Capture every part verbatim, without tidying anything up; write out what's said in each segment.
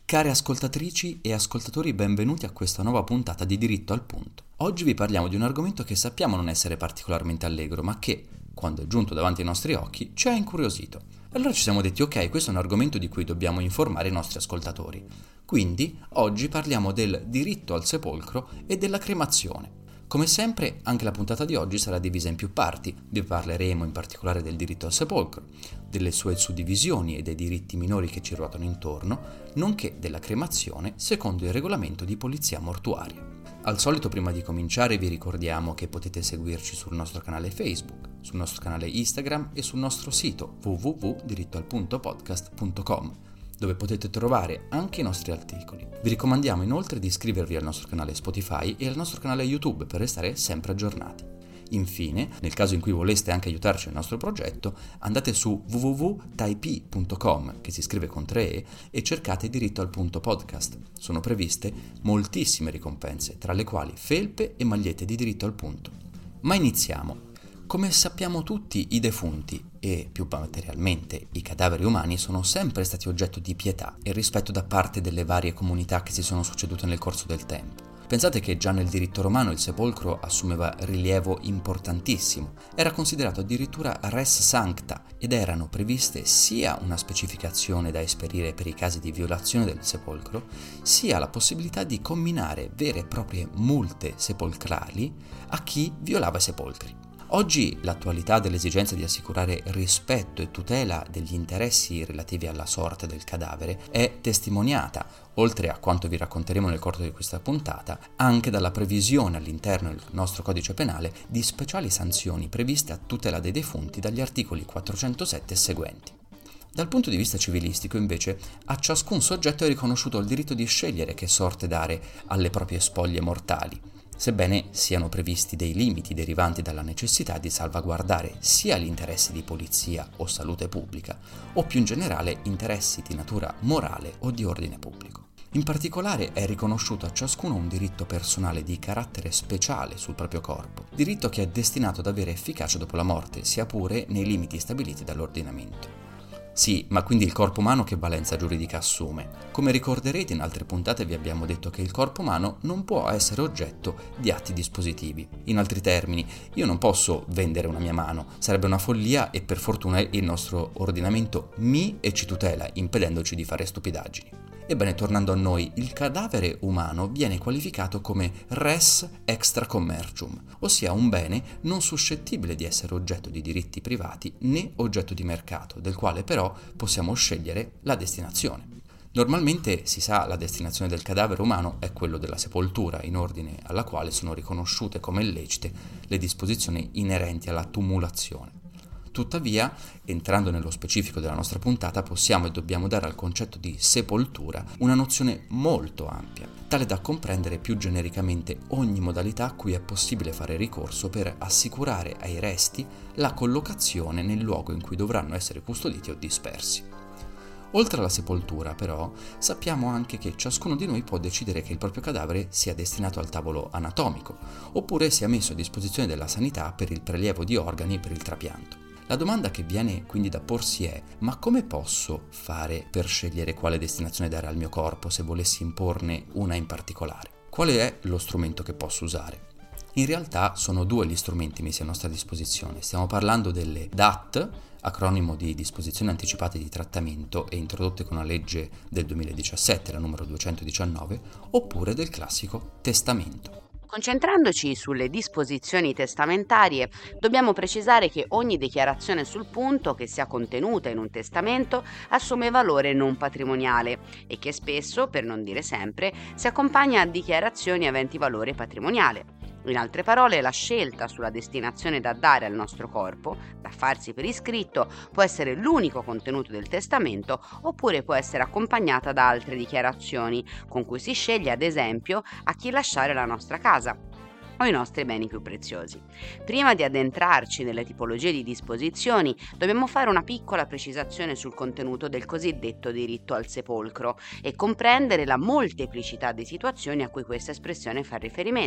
Care ascoltatrici e ascoltatori, benvenuti a questa nuova puntata di Diritto al Punto. Oggi vi parliamo di un argomento che sappiamo non essere particolarmente allegro, ma che, quando è giunto davanti ai nostri occhi, ci ha incuriosito. Allora ci siamo detti, ok, questo è un argomento di cui dobbiamo informare i nostri ascoltatori. Quindi, oggi parliamo del diritto al sepolcro e della cremazione. Come sempre, anche la puntata di oggi sarà divisa in più parti. Vi parleremo in particolare del diritto al sepolcro, delle sue suddivisioni e dei diritti minori che ci ruotano intorno, nonché della cremazione secondo il regolamento di polizia mortuaria. Al solito, prima di cominciare, vi ricordiamo che potete seguirci sul nostro canale Facebook, sul nostro canale Instagram e sul nostro sito w w w punto diritto al punto podcast punto com, dove potete trovare anche i nostri articoli. Vi raccomandiamo inoltre di iscrivervi al nostro canale Spotify e al nostro canale YouTube per restare sempre aggiornati. Infine, nel caso in cui voleste anche aiutarci nel nostro progetto, andate su w w w punto taipi punto com, che si scrive con tre e, e cercate Diritto al Punto Podcast. Sono previste moltissime ricompense, tra le quali felpe e magliette di diritto al punto. Ma iniziamo. Come sappiamo tutti, i defunti e, più materialmente, i cadaveri umani sono sempre stati oggetto di pietà e rispetto da parte delle varie comunità che si sono succedute nel corso del tempo. Pensate che già nel diritto romano il sepolcro assumeva rilievo importantissimo, era considerato addirittura res sancta ed erano previste sia una specificazione da esperire per i casi di violazione del sepolcro, sia la possibilità di comminare vere e proprie multe sepolcrali a chi violava i sepolcri. Oggi l'attualità dell'esigenza di assicurare rispetto e tutela degli interessi relativi alla sorte del cadavere è testimoniata, oltre a quanto vi racconteremo nel corso di questa puntata, anche dalla previsione all'interno del nostro codice penale di speciali sanzioni previste a tutela dei defunti dagli articoli quattrocentosette e seguenti. Dal punto di vista civilistico, invece, a ciascun soggetto è riconosciuto il diritto di scegliere che sorte dare alle proprie spoglie mortali, sebbene siano previsti dei limiti derivanti dalla necessità di salvaguardare sia gli interessi di polizia o salute pubblica, o più in generale interessi di natura morale o di ordine pubblico. In particolare è riconosciuto a ciascuno un diritto personale di carattere speciale sul proprio corpo, diritto che è destinato ad avere efficacia dopo la morte, sia pure nei limiti stabiliti dall'ordinamento. Sì, ma quindi il corpo umano che valenza giuridica assume? Come ricorderete, in altre puntate vi abbiamo detto che il corpo umano non può essere oggetto di atti dispositivi. In altri termini, io non posso vendere una mia mano, sarebbe una follia e per fortuna il nostro ordinamento mi e ci tutela, impedendoci di fare stupidaggini. Ebbene, tornando a noi, il cadavere umano viene qualificato come res extra commercium, ossia un bene non suscettibile di essere oggetto di diritti privati né oggetto di mercato, del quale però possiamo scegliere la destinazione. Normalmente, si sa, la destinazione del cadavere umano è quello della sepoltura, in ordine alla quale sono riconosciute come illecite le disposizioni inerenti alla tumulazione. Tuttavia, entrando nello specifico della nostra puntata, possiamo e dobbiamo dare al concetto di sepoltura una nozione molto ampia, tale da comprendere più genericamente ogni modalità a cui è possibile fare ricorso per assicurare ai resti la collocazione nel luogo in cui dovranno essere custoditi o dispersi. Oltre alla sepoltura, però, sappiamo anche che ciascuno di noi può decidere che il proprio cadavere sia destinato al tavolo anatomico, oppure sia messo a disposizione della sanità per il prelievo di organi e per il trapianto. La domanda che viene quindi da porsi è: ma come posso fare per scegliere quale destinazione dare al mio corpo se volessi imporne una in particolare? Qual è lo strumento che posso usare? In realtà sono due gli strumenti messi a nostra disposizione. Stiamo parlando delle D A T, acronimo di disposizioni anticipate di trattamento e introdotte con la legge del duemiladiciassette, la numero duecentodiciannove, oppure del classico testamento. Concentrandoci sulle disposizioni testamentarie, dobbiamo precisare che ogni dichiarazione sul punto che sia contenuta in un testamento assume valore non patrimoniale e che spesso, per non dire sempre, si accompagna a dichiarazioni aventi valore patrimoniale. In altre parole, la scelta sulla destinazione da dare al nostro corpo, da farsi per iscritto, può essere l'unico contenuto del testamento oppure può essere accompagnata da altre dichiarazioni, con cui si sceglie ad esempio a chi lasciare la nostra casa o i nostri beni più preziosi. Prima di addentrarci nelle tipologie di disposizioni, dobbiamo fare una piccola precisazione sul contenuto del cosiddetto diritto al sepolcro e comprendere la molteplicità di situazioni a cui questa espressione fa riferimento.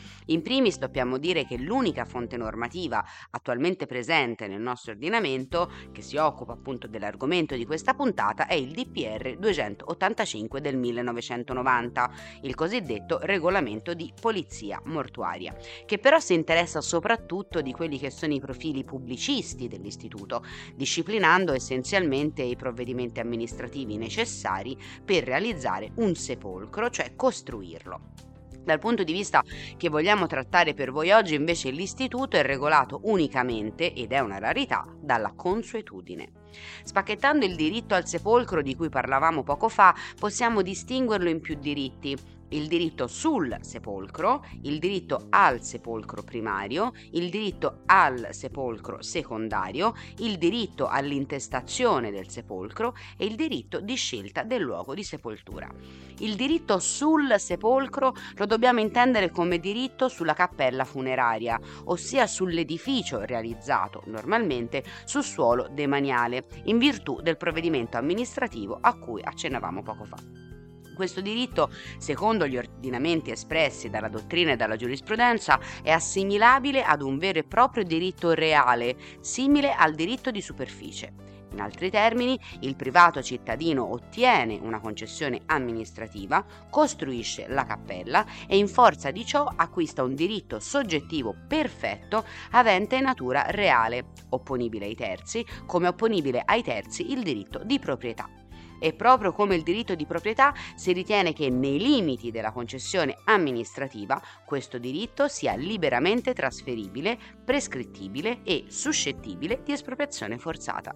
In primis dobbiamo dire che l'unica fonte normativa attualmente presente nel nostro ordinamento che si occupa appunto dell'argomento di questa puntata è il D P R duecentottantacinque del millenovecentonovanta, il cosiddetto regolamento di polizia mortuaria, che però si interessa soprattutto di quelli che sono i profili pubblicisti dell'istituto, disciplinando essenzialmente i provvedimenti amministrativi necessari per realizzare un sepolcro, cioè costruirlo. Dal punto di vista che vogliamo trattare per voi oggi, invece, l'istituto è regolato unicamente, ed è una rarità, dalla consuetudine. Spacchettando il diritto al sepolcro di cui parlavamo poco fa, possiamo distinguerlo in più diritti: il diritto sul sepolcro, il diritto al sepolcro primario, il diritto al sepolcro secondario, il diritto all'intestazione del sepolcro e il diritto di scelta del luogo di sepoltura. Il diritto sul sepolcro lo dobbiamo intendere come diritto sulla cappella funeraria, ossia sull'edificio realizzato normalmente sul suolo demaniale, in virtù del provvedimento amministrativo a cui accennavamo poco fa. Questo diritto, secondo gli ordinamenti espressi dalla dottrina e dalla giurisprudenza, è assimilabile ad un vero e proprio diritto reale, simile al diritto di superficie. In altri termini, il privato cittadino ottiene una concessione amministrativa, costruisce la cappella e in forza di ciò acquista un diritto soggettivo perfetto avente natura reale, opponibile ai terzi, come opponibile ai terzi il diritto di proprietà. E proprio come il diritto di proprietà si ritiene che nei limiti della concessione amministrativa questo diritto sia liberamente trasferibile, prescrittibile e suscettibile di espropriazione forzata.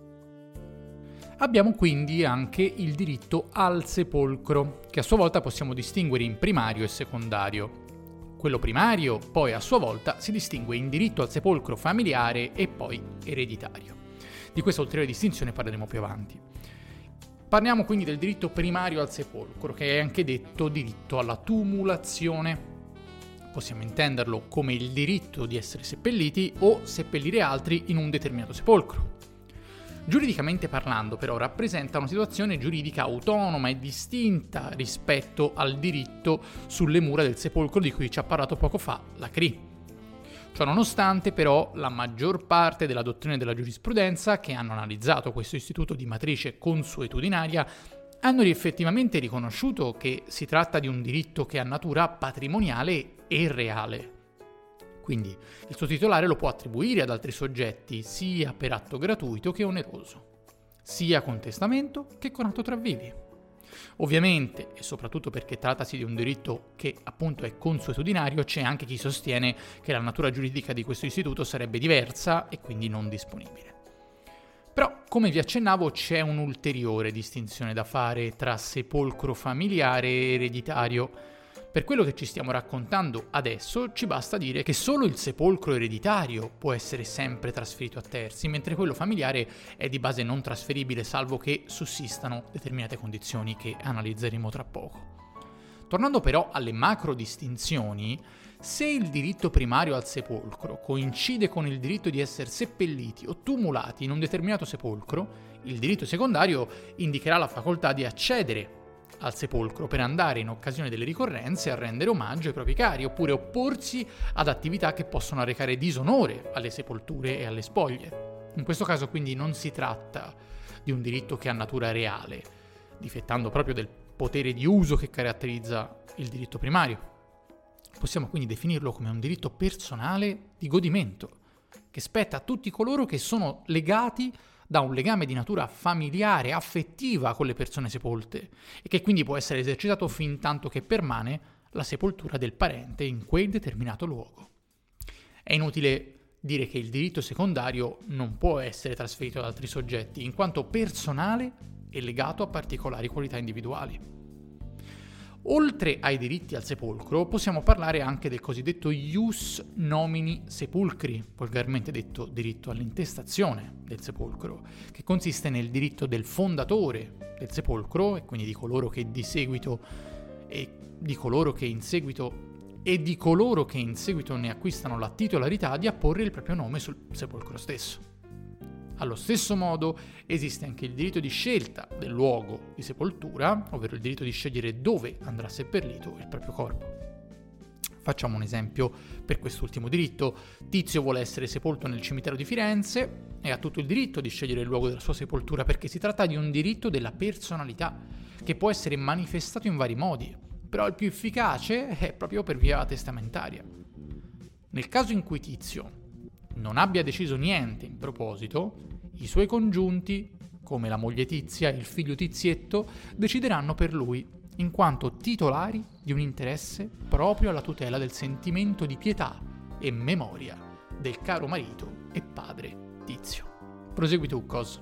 Abbiamo quindi anche il diritto al sepolcro, che a sua volta possiamo distinguere in primario e secondario. Quello primario poi a sua volta si distingue in diritto al sepolcro familiare e poi ereditario. Di questa ulteriore distinzione parleremo più avanti. Parliamo quindi del diritto primario al sepolcro, che è anche detto diritto alla tumulazione. Possiamo intenderlo come il diritto di essere seppelliti o seppellire altri in un determinato sepolcro. Giuridicamente parlando, però, rappresenta una situazione giuridica autonoma e distinta rispetto al diritto sulle mura del sepolcro di cui ci ha parlato poco fa la C R I. Ciononostante, però, la maggior parte della dottrina e della giurisprudenza che hanno analizzato questo istituto di matrice consuetudinaria hanno effettivamente riconosciuto che si tratta di un diritto che ha natura patrimoniale e reale. Quindi il suo titolare lo può attribuire ad altri soggetti sia per atto gratuito che oneroso, sia con testamento che con atto tra vivi. Ovviamente, e soprattutto perché trattasi di un diritto che appunto è consuetudinario, c'è anche chi sostiene che la natura giuridica di questo istituto sarebbe diversa e quindi non disponibile. Però, come vi accennavo, c'è un'ulteriore distinzione da fare tra sepolcro familiare e ereditario. Per quello che ci stiamo raccontando adesso, ci basta dire che solo il sepolcro ereditario può essere sempre trasferito a terzi, mentre quello familiare è di base non trasferibile, salvo che sussistano determinate condizioni che analizzeremo tra poco. Tornando però alle macro distinzioni, se il diritto primario al sepolcro coincide con il diritto di essere seppelliti o tumulati in un determinato sepolcro, il diritto secondario indicherà la facoltà di accedere al sepolcro per andare in occasione delle ricorrenze a rendere omaggio ai propri cari, oppure opporsi ad attività che possono arrecare disonore alle sepolture e alle spoglie. In questo caso quindi non si tratta di un diritto che ha natura reale, difettando proprio del potere di uso che caratterizza il diritto primario. Possiamo quindi definirlo come un diritto personale di godimento, che spetta a tutti coloro che sono legati da un legame di natura familiare, affettiva con le persone sepolte e che quindi può essere esercitato fin tanto che permane la sepoltura del parente in quel determinato luogo. È inutile dire che il diritto secondario non può essere trasferito ad altri soggetti, in quanto personale e legato a particolari qualità individuali. Oltre ai diritti al sepolcro, possiamo parlare anche del cosiddetto ius nomini sepulcri, volgarmente detto diritto all'intestazione del sepolcro, che consiste nel diritto del fondatore del sepolcro, e quindi di coloro che di seguito e di coloro che in seguito e di coloro che in seguito ne acquistano la titolarità di apporre il proprio nome sul sepolcro stesso. Allo stesso modo esiste anche il diritto di scelta del luogo di sepoltura, ovvero il diritto di scegliere dove andrà seppellito il proprio corpo. Facciamo un esempio per quest'ultimo diritto. Tizio vuole essere sepolto nel cimitero di Firenze e ha tutto il diritto di scegliere il luogo della sua sepoltura, perché si tratta di un diritto della personalità che può essere manifestato in vari modi, però il più efficace è proprio per via testamentaria. Nel caso in cui Tizio non abbia deciso niente in proposito, i suoi congiunti, come la moglie Tizia e il figlio Tizietto, decideranno per lui, in quanto titolari di un interesse proprio alla tutela del sentimento di pietà e memoria del caro marito e padre Tizio. Prosegui tu, Cos.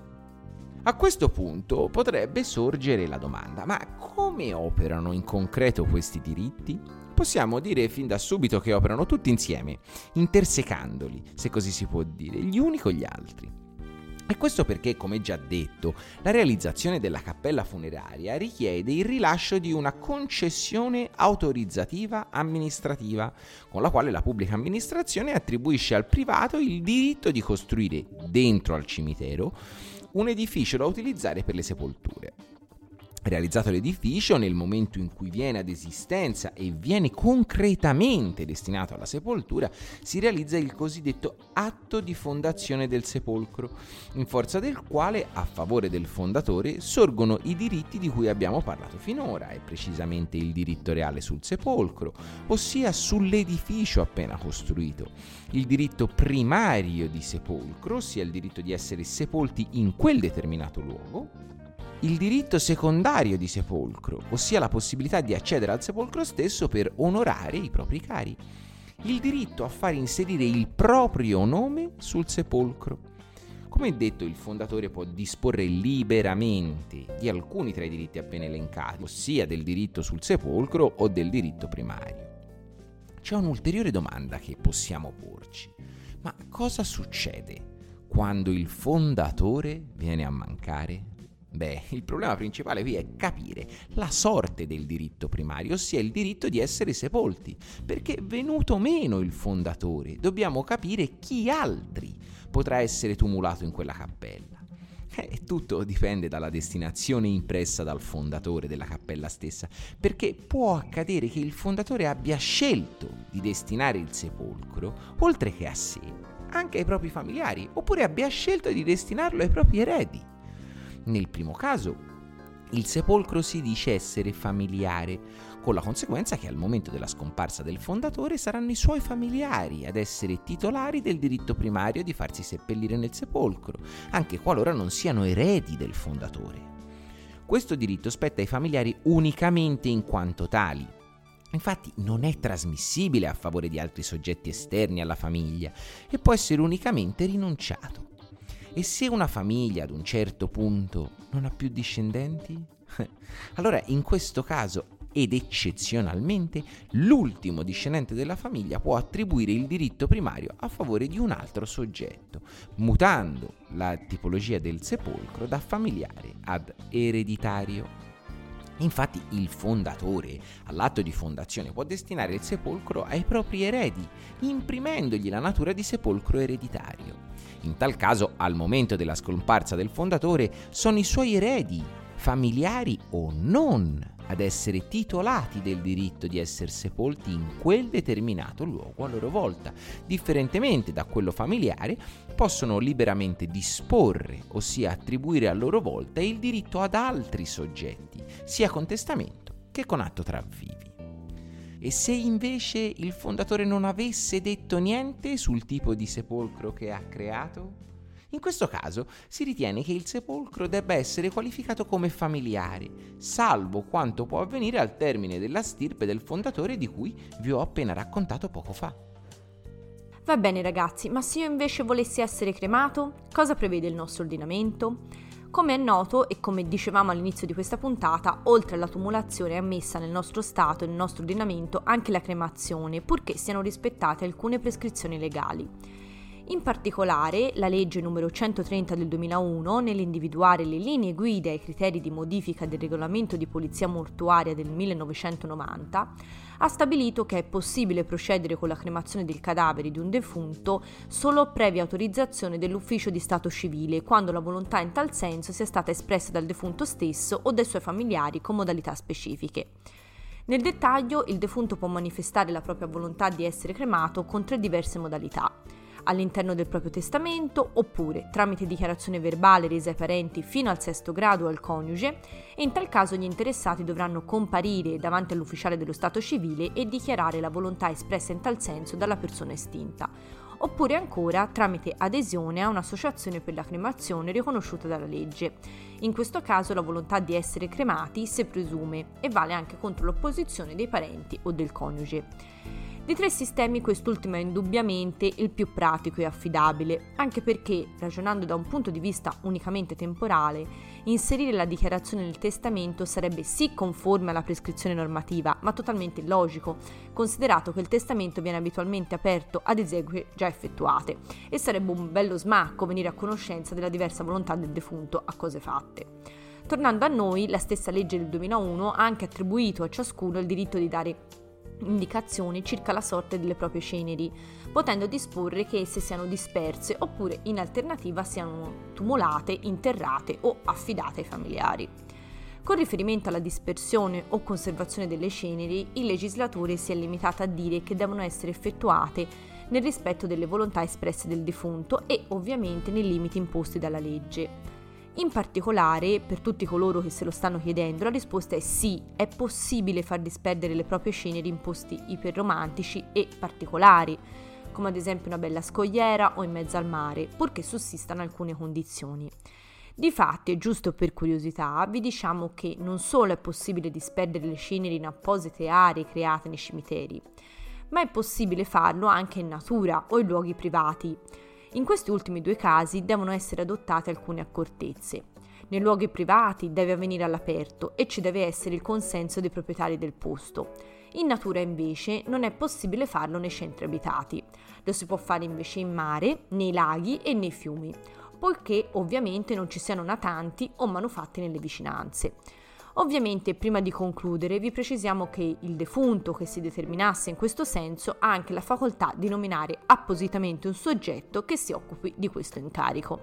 A questo punto potrebbe sorgere la domanda: ma come operano in concreto questi diritti? Possiamo dire fin da subito che operano tutti insieme, intersecandoli, se così si può dire, gli uni con gli altri. E questo perché, come già detto, la realizzazione della cappella funeraria richiede il rilascio di una concessione autorizzativa amministrativa, con la quale la pubblica amministrazione attribuisce al privato il diritto di costruire dentro al cimitero un edificio da utilizzare per le sepolture. Realizzato l'edificio, nel momento in cui viene ad esistenza e viene concretamente destinato alla sepoltura, si realizza il cosiddetto atto di fondazione del sepolcro, in forza del quale, a favore del fondatore, sorgono i diritti di cui abbiamo parlato finora, e precisamente il diritto reale sul sepolcro, ossia sull'edificio appena costruito, il diritto primario di sepolcro, ossia il diritto di essere sepolti in quel determinato luogo, il diritto secondario di sepolcro, ossia la possibilità di accedere al sepolcro stesso per onorare i propri cari, il diritto a far inserire il proprio nome sul sepolcro. Come detto, il fondatore può disporre liberamente di alcuni tra i diritti appena elencati, ossia del diritto sul sepolcro o del diritto primario. C'è un'ulteriore domanda che possiamo porci: ma cosa succede quando il fondatore viene a mancare? Beh, il problema principale qui è capire la sorte del diritto primario, ossia il diritto di essere sepolti, perché venuto meno il fondatore, dobbiamo capire chi altri potrà essere tumulato in quella cappella. E tutto dipende dalla destinazione impressa dal fondatore della cappella stessa, perché può accadere che il fondatore abbia scelto di destinare il sepolcro, oltre che a sé, anche ai propri familiari, oppure abbia scelto di destinarlo ai propri eredi. Nel primo caso, il sepolcro si dice essere familiare, con la conseguenza che al momento della scomparsa del fondatore saranno i suoi familiari ad essere titolari del diritto primario di farsi seppellire nel sepolcro, anche qualora non siano eredi del fondatore. Questo diritto spetta ai familiari unicamente in quanto tali. Infatti non è trasmissibile a favore di altri soggetti esterni alla famiglia e può essere unicamente rinunciato. E se una famiglia ad un certo punto non ha più discendenti? Allora in questo caso, ed eccezionalmente, l'ultimo discendente della famiglia può attribuire il diritto primario a favore di un altro soggetto, mutando la tipologia del sepolcro da familiare ad ereditario. Infatti il fondatore, all'atto di fondazione, può destinare il sepolcro ai propri eredi, imprimendogli la natura di sepolcro ereditario. In tal caso, al momento della scomparsa del fondatore, sono i suoi eredi, familiari o non, ad essere titolati del diritto di essere sepolti in quel determinato luogo a loro volta. Differentemente da quello familiare, possono liberamente disporre, ossia attribuire a loro volta il diritto ad altri soggetti, sia con testamento che con atto tra vivi. E se invece il fondatore non avesse detto niente sul tipo di sepolcro che ha creato? In questo caso si ritiene che il sepolcro debba essere qualificato come familiare, salvo quanto può avvenire al termine della stirpe del fondatore di cui vi ho appena raccontato poco fa. Va bene ragazzi, ma se io invece volessi essere cremato, cosa prevede il nostro ordinamento? Come è noto e come dicevamo all'inizio di questa puntata, oltre alla tumulazione è ammessa nel nostro Stato e nel nostro ordinamento anche la cremazione, purché siano rispettate alcune prescrizioni legali. In particolare, la legge numero centotrenta del duemilauno, nell'individuare le linee guida e i criteri di modifica del regolamento di polizia mortuaria del millenovecentonovanta, ha stabilito che è possibile procedere con la cremazione del cadavere di un defunto solo previa autorizzazione dell'ufficio di stato civile, quando la volontà in tal senso sia stata espressa dal defunto stesso o dai suoi familiari con modalità specifiche. Nel dettaglio, il defunto può manifestare la propria volontà di essere cremato con tre diverse modalità: all'interno del proprio testamento, oppure tramite dichiarazione verbale resa ai parenti fino al sesto grado o al coniuge, e in tal caso gli interessati dovranno comparire davanti all'ufficiale dello stato civile e dichiarare la volontà espressa in tal senso dalla persona estinta, oppure ancora tramite adesione a un'associazione per la cremazione riconosciuta dalla legge. In questo caso la volontà di essere cremati si presume e vale anche contro l'opposizione dei parenti o del coniuge. Dei tre sistemi quest'ultimo è indubbiamente il più pratico e affidabile, anche perché, ragionando da un punto di vista unicamente temporale, inserire la dichiarazione nel testamento sarebbe sì conforme alla prescrizione normativa, ma totalmente illogico, considerato che il testamento viene abitualmente aperto ad esequie già effettuate, e sarebbe un bello smacco venire a conoscenza della diversa volontà del defunto a cose fatte. Tornando a noi, la stessa legge del duemilauno ha anche attribuito a ciascuno il diritto di dare indicazioni circa la sorte delle proprie ceneri, potendo disporre che esse siano disperse oppure in alternativa siano tumulate, interrate o affidate ai familiari. Con riferimento alla dispersione o conservazione delle ceneri, il legislatore si è limitato a dire che devono essere effettuate nel rispetto delle volontà espresse del defunto e ovviamente nei limiti imposti dalla legge. In particolare, per tutti coloro che se lo stanno chiedendo, la risposta è sì, è possibile far disperdere le proprie ceneri in posti iperromantici e particolari, come ad esempio una bella scogliera o in mezzo al mare, purché sussistano alcune condizioni. Difatti, e giusto per curiosità, vi diciamo che non solo è possibile disperdere le ceneri in apposite aree create nei cimiteri, ma è possibile farlo anche in natura o in luoghi privati. In questi ultimi due casi devono essere adottate alcune accortezze. Nei luoghi privati deve avvenire all'aperto e ci deve essere il consenso dei proprietari del posto. In natura invece non è possibile farlo nei centri abitati. Lo si può fare invece in mare, nei laghi e nei fiumi, poiché ovviamente non ci siano natanti o manufatti nelle vicinanze. Ovviamente, prima di concludere, vi precisiamo che il defunto che si determinasse in questo senso ha anche la facoltà di nominare appositamente un soggetto che si occupi di questo incarico.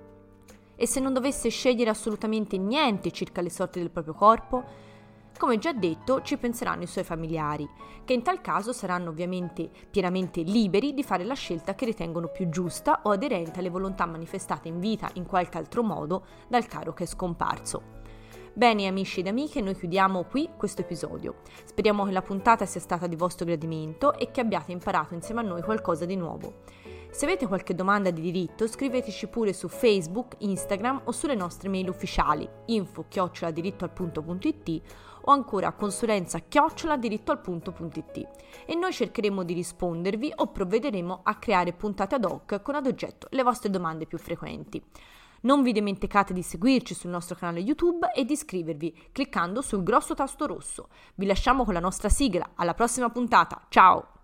E se non dovesse scegliere assolutamente niente circa le sorti del proprio corpo, come già detto, ci penseranno i suoi familiari, che in tal caso saranno ovviamente pienamente liberi di fare la scelta che ritengono più giusta o aderente alle volontà manifestate in vita in qualche altro modo dal caro che è scomparso. Bene amici ed amiche, noi chiudiamo qui questo episodio. Speriamo che la puntata sia stata di vostro gradimento e che abbiate imparato insieme a noi qualcosa di nuovo. Se avete qualche domanda di diritto, scriveteci pure su Facebook, Instagram o sulle nostre mail ufficiali info chiocciola diritto al punto punto it o ancora consulenza chiocciola diritto al punto punto it e noi cercheremo di rispondervi o provvederemo a creare puntate ad hoc con ad oggetto le vostre domande più frequenti. Non vi dimenticate di seguirci sul nostro canale YouTube e di iscrivervi cliccando sul grosso tasto rosso. Vi lasciamo con la nostra sigla. Alla prossima puntata. Ciao!